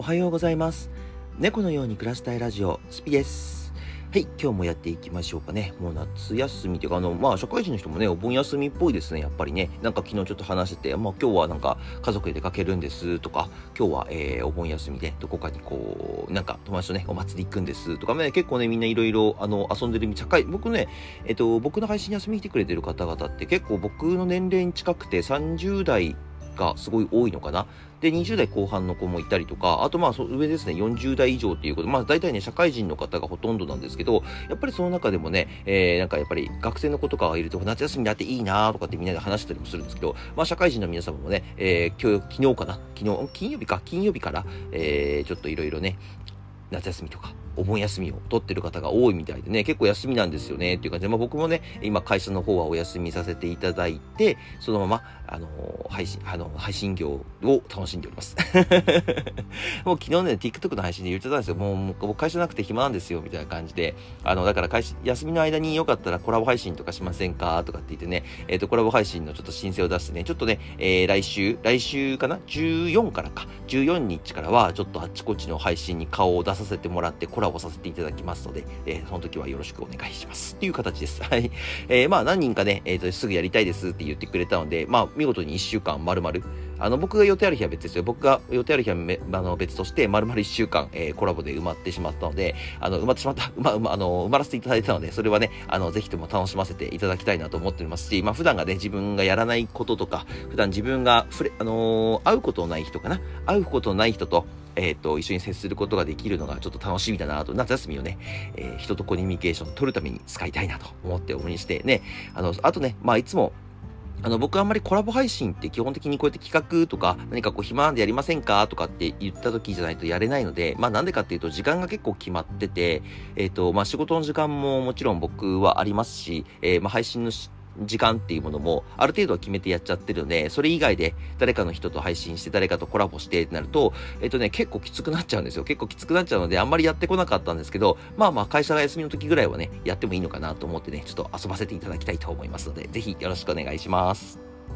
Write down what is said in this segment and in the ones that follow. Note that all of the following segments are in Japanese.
おはようございます。猫のように暮らしたいラジオ、スピです。はい、今日もやっていきましょうかね。もう夏休みというか、社会人の人もね、お盆休みっぽいですね、やっぱりね。なんか昨日ちょっと話してて、今日はなんか家族で出かけるんですとか、今日は、お盆休みでどこかになんか友達とね、お祭り行くんですとかね、結構ね、みんないろいろ、遊んでる僕ね、僕の配信遊びに来てくれてる方々って結構僕の年齢に近くて30代、がすごい多いのかな。で、20代後半の子もいたりとか、あと上ですね、40代以上っていうこと、大体ね、社会人の方がほとんどなんですけど、やっぱりその中でもね、なんかやっぱり学生の子とかがいると、夏休みだっていいなとかってみんなで話したりもするんですけど、社会人の皆様もね、金曜日から、ちょっといろいろね、夏休みとかお盆休みを取ってる方が多いみたいでね、結構休みなんですよねっていう感じで、僕もね、今会社の方はお休みさせていただいて、そのまま、配信業を楽しんでおります。もう昨日ね、TikTok の配信で言ってたんですよ。もう僕会社なくて暇なんですよ、みたいな感じで。だから休みの間によかったらコラボ配信とかしませんかとかって言ってね、コラボ配信のちょっと申請を出してね、ちょっとね、来週かな ?14 日からは、ちょっとあっちこっちの配信に顔を出させてもらって、コラボさせていただきますので、その時はよろしくお願いします。っていう形です。はい。何人かね、すぐやりたいですって言ってくれたので、見事に1週間丸々、僕が予定ある日は別ですよ。僕が予定ある日は別として、丸々1週間、コラボで埋まってしまったので、埋まらせていただいたので、それはね、ぜひとも楽しませていただきたいなと思っておりますし、普段がね、自分がやらないこととか、普段自分が会うことのない人かな。会うことのない人と、一緒に接することができるのがちょっと楽しみだなと、夏休みをね、人とコミュニケーションを取るために使いたいなと思っておりましてね、あとね、いつも、僕あんまりコラボ配信って基本的にこうやって企画とか何か暇なんでやりませんかとかって言った時じゃないとやれないので、なんでかっていうと時間が結構決まってて、仕事の時間ももちろん僕はありますし、配信の時間っていうものもある程度は決めてやっちゃってるので、それ以外で誰かの人と配信して誰かとコラボしてってなると、結構きつくなっちゃうんですよ。結構きつくなっちゃうので、あんまりやってこなかったんですけど、会社が休みの時ぐらいはね、やってもいいのかなと思ってね、ちょっと遊ばせていただきたいと思いますので、ぜひよろしくお願いします。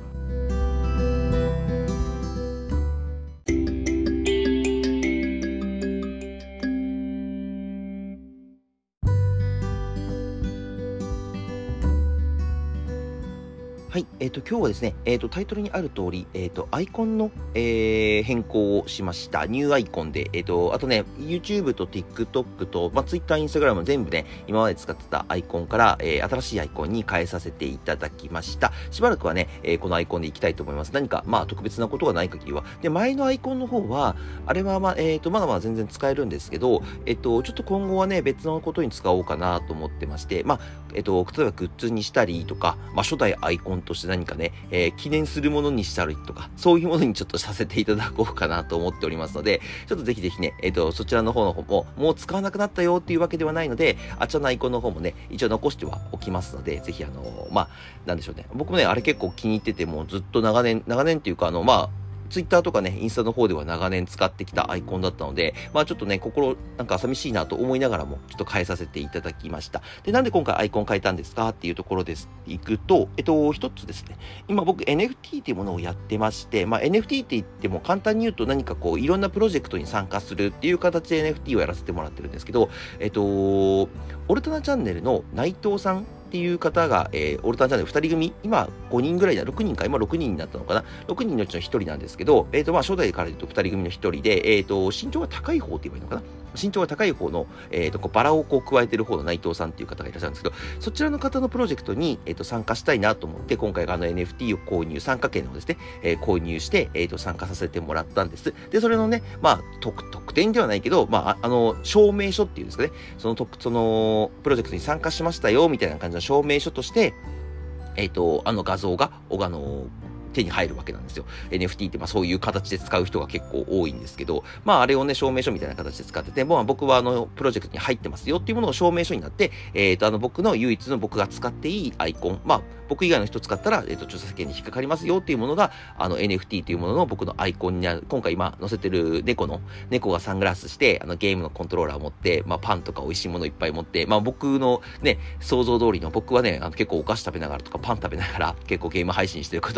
はい、今日はですね、タイトルにある通り、アイコンの、変更をしました。ニューアイコンで、あとね、YouTube と TikTok と、Twitter、Instagram 全部ね、今まで使ってたアイコンから、新しいアイコンに変えさせていただきました。しばらくはね、このアイコンでいきたいと思います。何か、特別なことがない限りは。で、前のアイコンの方は、あれはまだまだ全然使えるんですけど、ちょっと今後はね、別のことに使おうかなと思ってまして、例えばグッズにしたりとか、初代アイコンとして何かね、記念するものにしたりとか、そういうものにちょっとさせていただこうかなと思っておりますので、ちょっとぜひぜひね、そちらの方も、もう使わなくなったよっていうわけではないので、あちらのアイコンの方もね、一応残してはおきますので、ぜひなんでしょうね。僕もね、あれ結構気に入ってて、もうずっと長年っていうか、ツイッターとかね、インスタの方では長年使ってきたアイコンだったので、ちょっとね、なんか寂しいなと思いながらも、ちょっと変えさせていただきました。で、なんで今回アイコン変えたんですかっていうところです。いくと、一つですね。今僕 NFT っていうものをやってまして、NFT って言っても簡単に言うと何かいろんなプロジェクトに参加するっていう形で NFT をやらせてもらってるんですけど、オルタナチャンネルの内藤さんっていう方が、オルタナチャンネル2人組、今5人ぐらいだ、6人か、今6人になったのかな、6人のうちの1人なんですけど、初代から言うと2人組の1人で、身長が高い方って言えばいいのかな、身長が高い方の、バラを加えてる方の内藤さんっていう方がいらっしゃるんですけど、そちらの方のプロジェクトに、参加したいなと思って、今回NFT を購入、参加券をですね、購入して、参加させてもらったんです。で、それのね、特典ではないけど、証明書っていうんですかね、そのプロジェクトに参加しましたよ、みたいな感じの証明書として、画像が、手に入るわけなんですよ。NFT ってそういう形で使う人が結構多いんですけど、あれをね、証明書みたいな形で使ってて、僕はプロジェクトに入ってますよっていうものを証明書になって、僕の唯一の僕が使っていいアイコン、僕以外の人使ったら、著作権に引っかかりますよっていうものが、NFT というものの僕のアイコンになる。今回今載せてる猫がサングラスして、ゲームのコントローラーを持って、パンとか美味しいものいっぱい持って、僕のね、想像通りの、僕はね、結構お菓子食べながらとかパン食べながら結構ゲーム配信してることがあるので、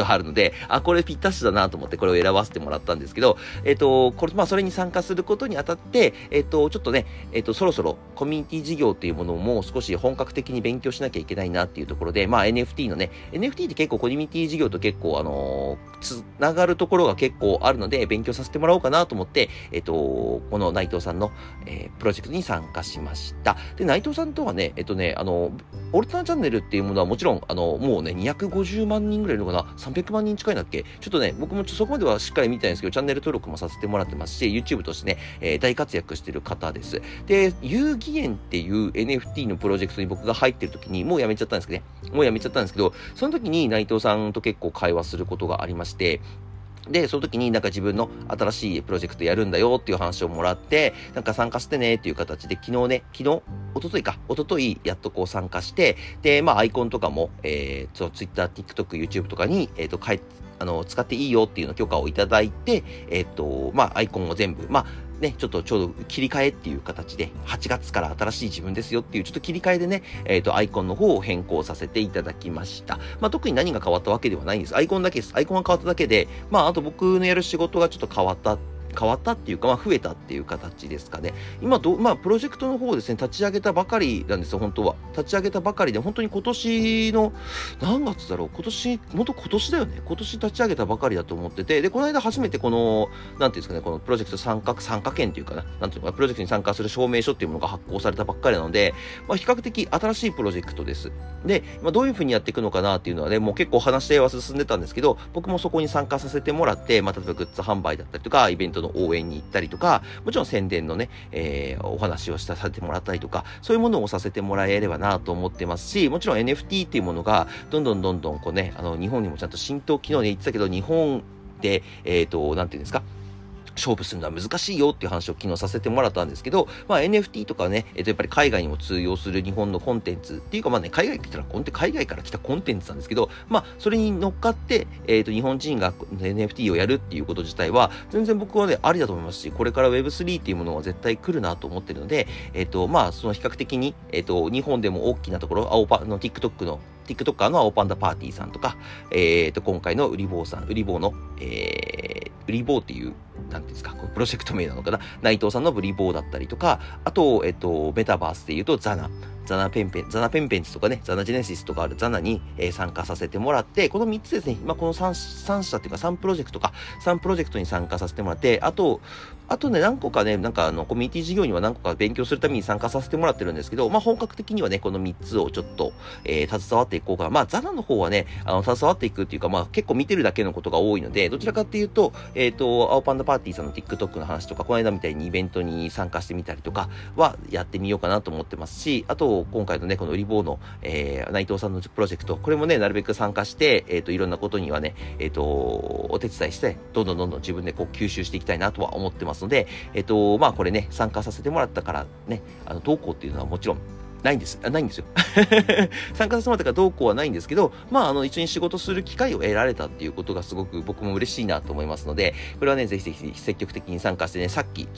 で、あ、これぴったしだなと思ってこれを選ばせてもらったんですけど、これ、まあ、それに参加することにあたって、ちょっとね、そろそろコミュニティ事業っていうものも少し本格的に勉強しなきゃいけないなっていうところで、まあ NFT のね、NFT って結構コミュニティ事業と結構つながるところが結構あるので、勉強させてもらおうかなと思って、この内藤さんの、プロジェクトに参加しました。で、内藤さんとはね、オルタナチャンネルっていうものはもちろん、もうね、250万人ぐらいいるのかな ?300 万人近いんだっけ？ちょっとね、僕もそこまではしっかり見たいんですけど、チャンネル登録もさせてもらってますし、YouTube としてね、大活躍してる方です。で、遊戯園っていう NFT のプロジェクトに僕が入ってる時に、もうやめちゃったんですけど、その時に内藤さんと結構会話することがありまして、で、その時になんか自分の新しいプロジェクトやるんだよっていう話をもらって、なんか参加してねっていう形で、一昨日やっとこう参加して、で、まあアイコンとかも、Twitter、TikTok、YouTube とかに、使っていいよっていうの許可をいただいて、まあアイコンを全部、まあ、ね、ちょうど切り替えっていう形で、8月から新しい自分ですよっていう、ちょっと切り替えでね、アイコンの方を変更させていただきました。まあ、特に何が変わったわけではないんです。アイコンだけです。アイコンが変わっただけで、まあ、あと僕のやる仕事がちょっと変わったっていうか、まあ、増えたっていう形ですかね。今まあ、プロジェクトの方をですね、立ち上げたばかりなんですよ、本当は。立ち上げたばかりで、本当に今年の、何月だろう、今年だよね。今年立ち上げたばかりだと思ってて、で、この間初めてこの、なんていうんですかね、このプロジェクト参加権っていうかな、なんていうのかな、プロジェクトに参加する証明書っていうものが発行されたばっかりなので、まあ、比較的新しいプロジェクトです。で、まあ、どういうふうにやっていくのかなっていうのはね、もう結構話し合いは進んでたんですけど、僕もそこに参加させてもらって、まあ、例えばグッズ販売だったりとか、イベントの応援に行ったりとか、もちろん宣伝のね、お話をさせてもらったりとか、そういうものをさせてもらえればなと思ってますし、もちろん NFT っていうものが、どんどんこうね、日本にもちゃんと浸透、昨日ね言ってたけど、日本で、なんていうんですか、勝負するのは難しいよっていう話を昨日させてもらったんですけど、まあ NFT とかね、やっぱり海外にも通用する日本のコンテンツっていうか、まあね、海外から来たコンテンツなんですけど、まあそれに乗っかって、日本人が NFT をやるっていうこと自体は、全然僕はね、ありだと思いますし、これから Web3 っていうものは絶対来るなと思ってるので、まあその比較的に、日本でも大きなところ、TikToker の青パンダパーティーさんとか、今回のウリボーっていう、なんていうんですか、このプロジェクト名なのかな、内藤さんのブリボーだったりとか、あと、メタバースで言うとザナペンペンツとかね、ザナジェネシスとかあるザナに、参加させてもらって、この3つですね、今この3社っていうか3プロジェクトに参加させてもらって、あとね、何個かね、なんかコミュニティ事業には何個か勉強するために参加させてもらってるんですけど、まあ本格的にはね、この3つをちょっと、携わっていこうかな。まあザナの方はね、携わっていくっていうか、まあ結構見てるだけのことが多いので、どちらかっていうと、青パンダパーティーさんの TikTok の話とか、この間みたいにイベントに参加してみたりとかはやってみようかなと思ってますし、あと、今回のね、このウリボーの、内藤さんのプロジェクト、これもね、なるべく参加して、いろんなことにはね、お手伝いして、どんどん自分でこう吸収していきたいなとは思ってますので、まあこれね、参加させてもらったからね、どうこうっていうのはもちろん、ないんですよ。参加させてもらったからどうこうはないんですけど、まあ、一緒に仕事する機会を得られたっていうことがすごく僕も嬉しいなと思いますので、これはね、ぜひ積極的に参加してね、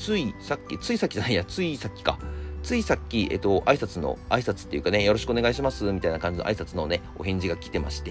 ついさっき、挨拶っていうかね、よろしくお願いします、みたいな感じの挨拶のね、お返事が来てまして、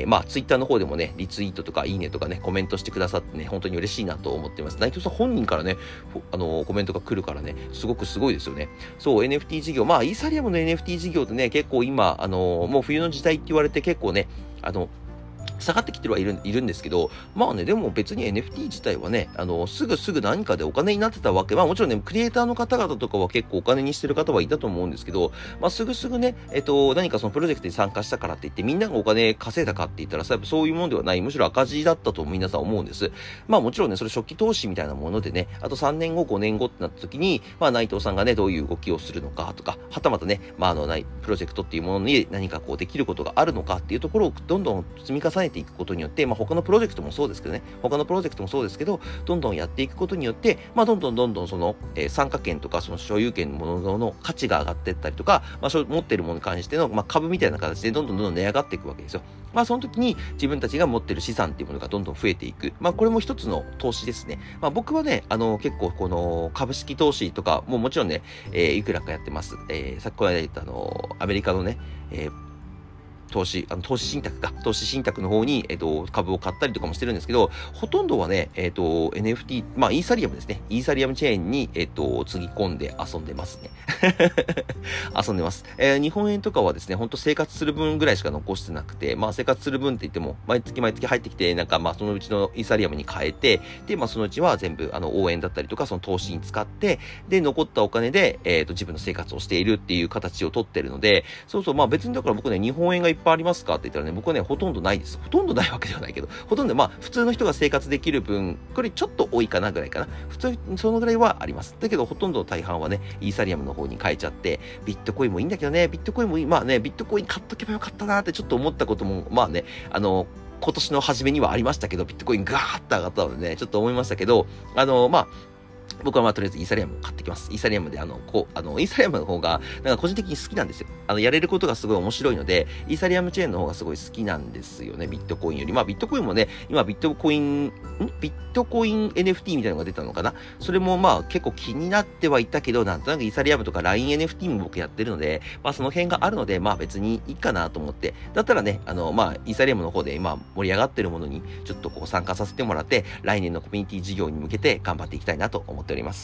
まあ、ツイッターの方でもね、リツイートとか、いいねとかね、コメントしてくださってね、本当に嬉しいなと思ってます。内藤さん本人からね、コメントが来るからね、すごいですよね。そう、NFT 事業、まあ、イーサリアムの NFT 事業ってね、結構今、もう冬の時代って言われて結構ね、下がってきてはいるんですけど、まあね、でも別に NFT 自体はね、すぐ何かでお金になってたわけ、まあもちろんね、クリエイターの方々とかは結構お金にしてる方はいたと思うんですけど、まあすぐね、何かそのプロジェクトに参加したからって言ってみんながお金稼いだかって言ったらさ、そういうものではない、むしろ赤字だったと皆さん思うんです。まあもちろんね、それ初期投資みたいなものでね、あと3年後、5年後ってなった時に、まあ内藤さんがね、どういう動きをするのかとか、はたまたね、まあプロジェクトっていうものに何かこうできることがあるのかっていうところをどんどん積み重ねていくことによって、まあ他のプロジェクトもそうですけど、どんどんやっていくことによって、まあどんどんその、参加権とかその所有権のものの価値が上がっていったりとか、まあ持っているものに関しての、まあ株みたいな形でどんどん値上がっていくわけですよ。まあその時に自分たちが持っている資産っていうものがどんどん増えていく。まあこれも一つの投資ですね。まあ僕はね、結構この株式投資とかもちろんね、いくらかやってます。さっきこの間言ったアメリカのね、 投資信託か。投資信託の方に、株を買ったりとかもしてるんですけど、ほとんどはね、NFT、まあ、イーサリアムですね。イーサリアムチェーンに、つぎ込んで遊んでますね。遊んでます。日本円とかはですね、ほんと生活する分ぐらいしか残してなくて、まあ、生活する分って言っても、毎月毎月入ってきて、なんか、まあ、そのうちのイーサリアムに変えて、で、まあ、そのうちは全部、応援だったりとか、その投資に使って、で、残ったお金で、自分の生活をしているっていう形をとってるので、そうそう、まあ、別にだから僕ね、日本円がいっぱいありますかって言ったらね、僕はね、ほとんどないです。ほとんどないわけではないけど、ほとんど、まあ、普通の人が生活できる分、これちょっと多いかなぐらいかな。普通、そのぐらいはあります。だけど、ほとんど大半はね、イーサリアムの方に変えちゃって、ビットコインもいいんだけどね、ビットコインもいい、まあね、ビットコイン買っとけばよかったなってちょっと思ったことも、まあね、今年の初めにはありましたけど、ビットコインガーッと上がったのでね、ちょっと思いましたけど、まあ、僕はまあとりあえずイーサリアムを買ってきます。イーサリアムでイーサリアムの方が、なんか個人的に好きなんですよ。やれることがすごい面白いので、イーサリアムチェーンの方がすごい好きなんですよね、ビットコインより。まあビットコインもね、今ビットコイン NFT みたいなのが出たのかな。それもまあ結構気になってはいたけど、なんとなくイーサリアムとか LINE NFT も僕やってるので、まあその辺があるので、まあ別にいいかなと思って、だったらね、まあイーサリアムの方で今盛り上がってるものにちょっとこう参加させてもらって、来年のコミュニティ事業に向けて頑張っていきたいなと思っております。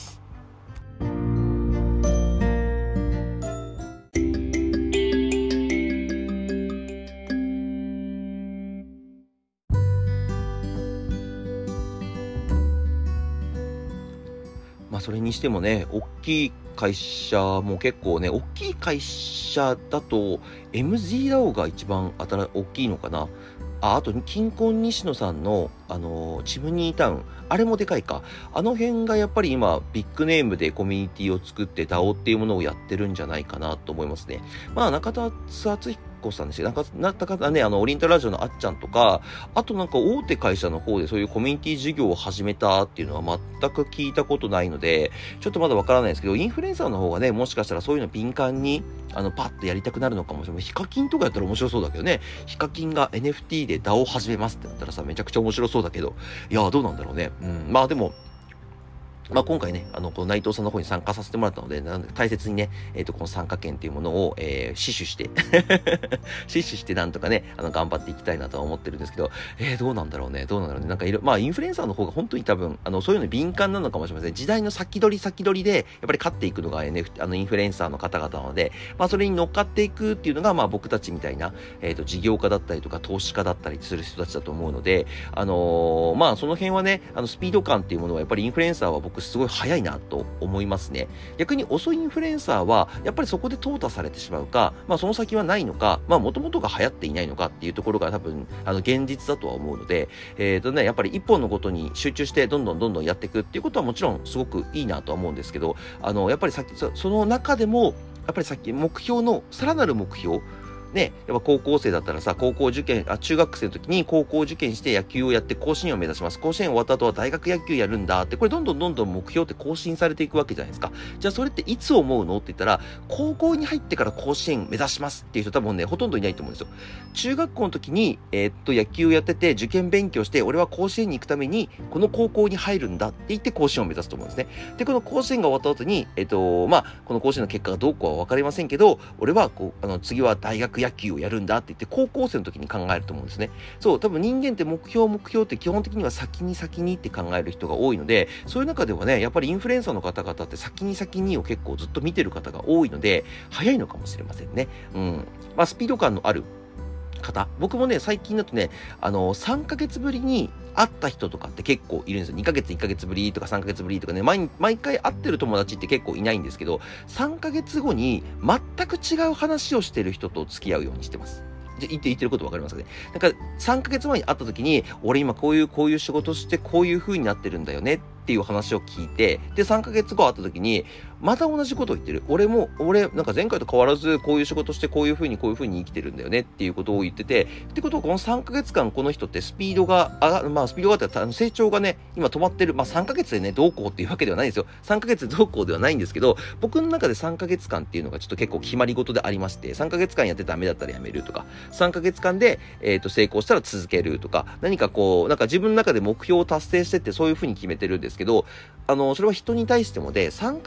まあそれにしてもね、大きい会社も結構ね、大きい会社だと MZDAO が一番大きいのかな。あと、金婚西野さんの、チムニータウン。あれもでかいか。あの辺がやっぱり今、ビッグネームでコミュニティを作って DAO っていうものをやってるんじゃないかなと思いますね。まあ、中田敦彦さんですよ。中田ね、オリエンタルラジオのあっちゃんとか、あとなんか大手会社の方でそういうコミュニティ事業を始めたっていうのは全く聞いたことないので、ちょっとまだわからないですけど、インフルエンサーの方がね、もしかしたらそういうの敏感に、パッとやりたくなるのかもしれない。ヒカキンとかやったら面白そうだけどね。ヒカキンが NFT で DAO を始めますってなったらさ、めちゃくちゃ面白そうだけど、いやーどうなんだろうね。まあでも、まあ今回ね、この内藤さんの方に参加させてもらったので、なので大切にね、この参加券っていうものを、死守して死守してなんとかね、頑張っていきたいなとは思ってるんですけど、どうなんだろうね。なんかまあインフルエンサーの方が本当に多分、そういうのに敏感なのかもしれません。時代の先取りで、やっぱり勝っていくのが インフルエンサーの方々なので、まあそれに乗っかっていくっていうのが、まあ僕たちみたいな、事業家だったりとか投資家だったりする人たちだと思うので、まあその辺はね、スピード感っていうものはやっぱりインフルエンサーは僕すごい早いなと思いますね。逆に遅いインフルエンサーはやっぱりそこで淘汰されてしまうか、まあその先はないのか、まあ元々が流行っていないのかっていうところが多分現実だとは思うので、やっぱり一本のことに集中してどんどんやっていくっていうことはもちろんすごくいいなとは思うんですけど、やっぱりその中でもやっぱりさっき目標のさらなる目標ね、やっぱ高校生だったらさ、中学生の時に高校受験して野球をやって甲子園を目指します。甲子園終わった後は大学野球やるんだって、これどんどん目標って更新されていくわけじゃないですか。じゃあそれっていつ思うのって言ったら、高校に入ってから甲子園目指しますっていう人多分ね、ほとんどいないと思うんですよ。中学校の時に、野球をやってて受験勉強して、俺は甲子園に行くためにこの高校に入るんだって言って甲子園を目指すと思うんですね。で、この甲子園が終わった後に、まあ、この甲子園の結果がどうかは分かりませんけど、俺は次は大学野球をやるんだって言って高校生の時に考えると思うんですね。そう、多分人間って目標って基本的には先にって考える人が多いので、そういう中ではね、やっぱりインフルエンサーの方々って先にを結構ずっと見てる方が多いので、早いのかもしれませんね。まあ、スピード感のある方。僕もね、最近だとね、3ヶ月ぶりに会った人とかって結構いるんですよ。2ヶ月、1ヶ月ぶりとか3ヶ月ぶりとかね、毎回会ってる友達って結構いないんですけど、3ヶ月後に全く違う話をしてる人と付き合うようにしてます。言ってること分かりますかね。なんか3ヶ月前に会った時に、俺今こういう仕事してこういう風になってるんだよねっていう話を聞いて、で、3ヶ月後会った時に、また同じことを言ってる。俺、なんか前回と変わらず、こういう仕事してこういう風に生きてるんだよねっていうことを言ってて、ってことはこの3ヶ月間この人ってスピードがあって成長がね、今止まってる。まあ3ヶ月でね、どうこうっていうわけではないんですよ。3ヶ月どうこうではないんですけど、僕の中で3ヶ月間っていうのがちょっと結構決まり事でありまして、3ヶ月間やってダメだったらやめるとか、3ヶ月間で、成功したら続けるとか、何かなんか自分の中で目標を達成してってそういう風に決めてるんですけど、それは人に対してもで、3ヶ月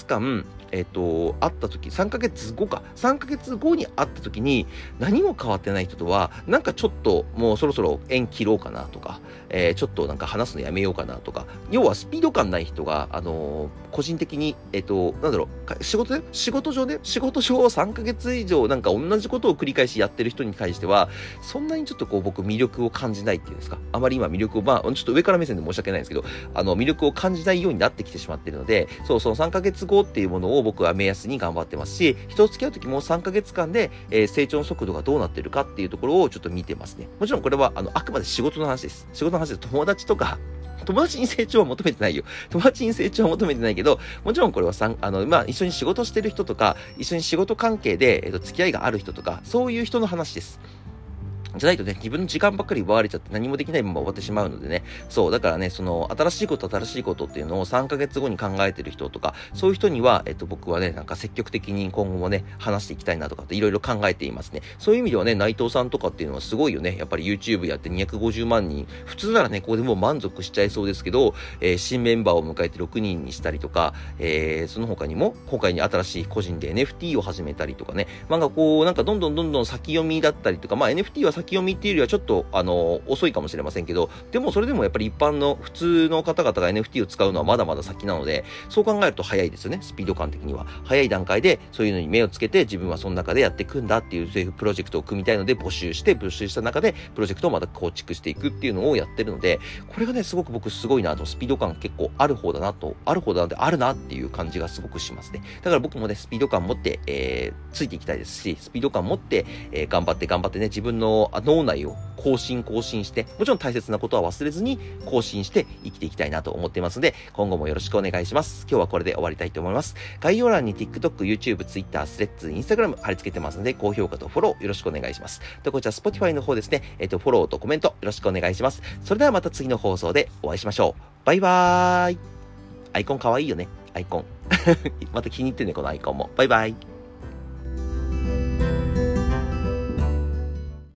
間、会った時、3ヶ月後に会った時に、何も変わってない人とは、なんかちょっともうそろそろ縁切ろうかなとか、ちょっとなんか話すのやめようかなとか、要はスピード感ない人が、個人的に、仕事上3ヶ月以上なんか同じことを繰り返しやってる人に対しては、そんなにちょっとこう僕魅力を感じないっていうんですか、あまり今魅力を、ちょっと上から目線で申し訳ないんですけど、魅力を感じないようになってきてしまっているので、その3ヶ月後っていうものを僕は目安に頑張ってますし、人を付き合うときも3ヶ月間で、成長の速度がどうなってるかっていうところをちょっと見てますね。もちろんこれは、あくまで仕事の話です。仕事の話で友達に成長は求めてないよ。友達に成長は求めてないけど、もちろんこれは一緒に仕事してる人とか、一緒に仕事関係で、付き合いがある人とか、そういう人の話です。じゃないとね、自分の時間ばっかり奪われちゃって何もできないまま終わってしまうのでね。そう、だからね、新しいことっていうのを3ヶ月後に考えてる人とか、そういう人には、僕はね、なんか積極的に今後もね、話していきたいなとかっていろいろ考えていますね。そういう意味ではね、内藤さんとかっていうのはすごいよね。やっぱり YouTube やって250万人。普通ならね、ここでもう満足しちゃいそうですけど、新メンバーを迎えて6人にしたりとか、その他にも、今回に新しい個人で NFT を始めたりとかね、なんかどんどん先読みだったりとか、NFT は先読みっていうよりはちょっと遅いかもしれませんけど、でもそれでもやっぱり一般の普通の方々が NFT を使うのはまだまだ先なので、そう考えると早いですよね。スピード感的には早い段階でそういうのに目をつけて、自分はその中でやっていくんだっていう、そういうプロジェクトを組みたいので募集した中でプロジェクトをまた構築していくっていうのをやってるので、これがねすごく僕すごいなと、スピード感結構ある方だなっていう感じがすごくしますね。だから僕もねスピード感持って、ついていきたいですし、スピード感持って、頑張ってね、自分の脳内を更新して、もちろん大切なことは忘れずに更新して生きていきたいなと思っていますので、今後もよろしくお願いします。今日はこれで終わりたいと思います。概要欄に TikTok、YouTube、Twitter、スレッズ、Instagram 貼り付けてますので、高評価とフォローよろしくお願いします。で、こちら Spotify の方ですね、フォローとコメントよろしくお願いします。それではまた次の放送でお会いしましょう。バイバーイ。アイコンかわいいよね。アイコン。また気に入ってね、このアイコンも。バイバイ。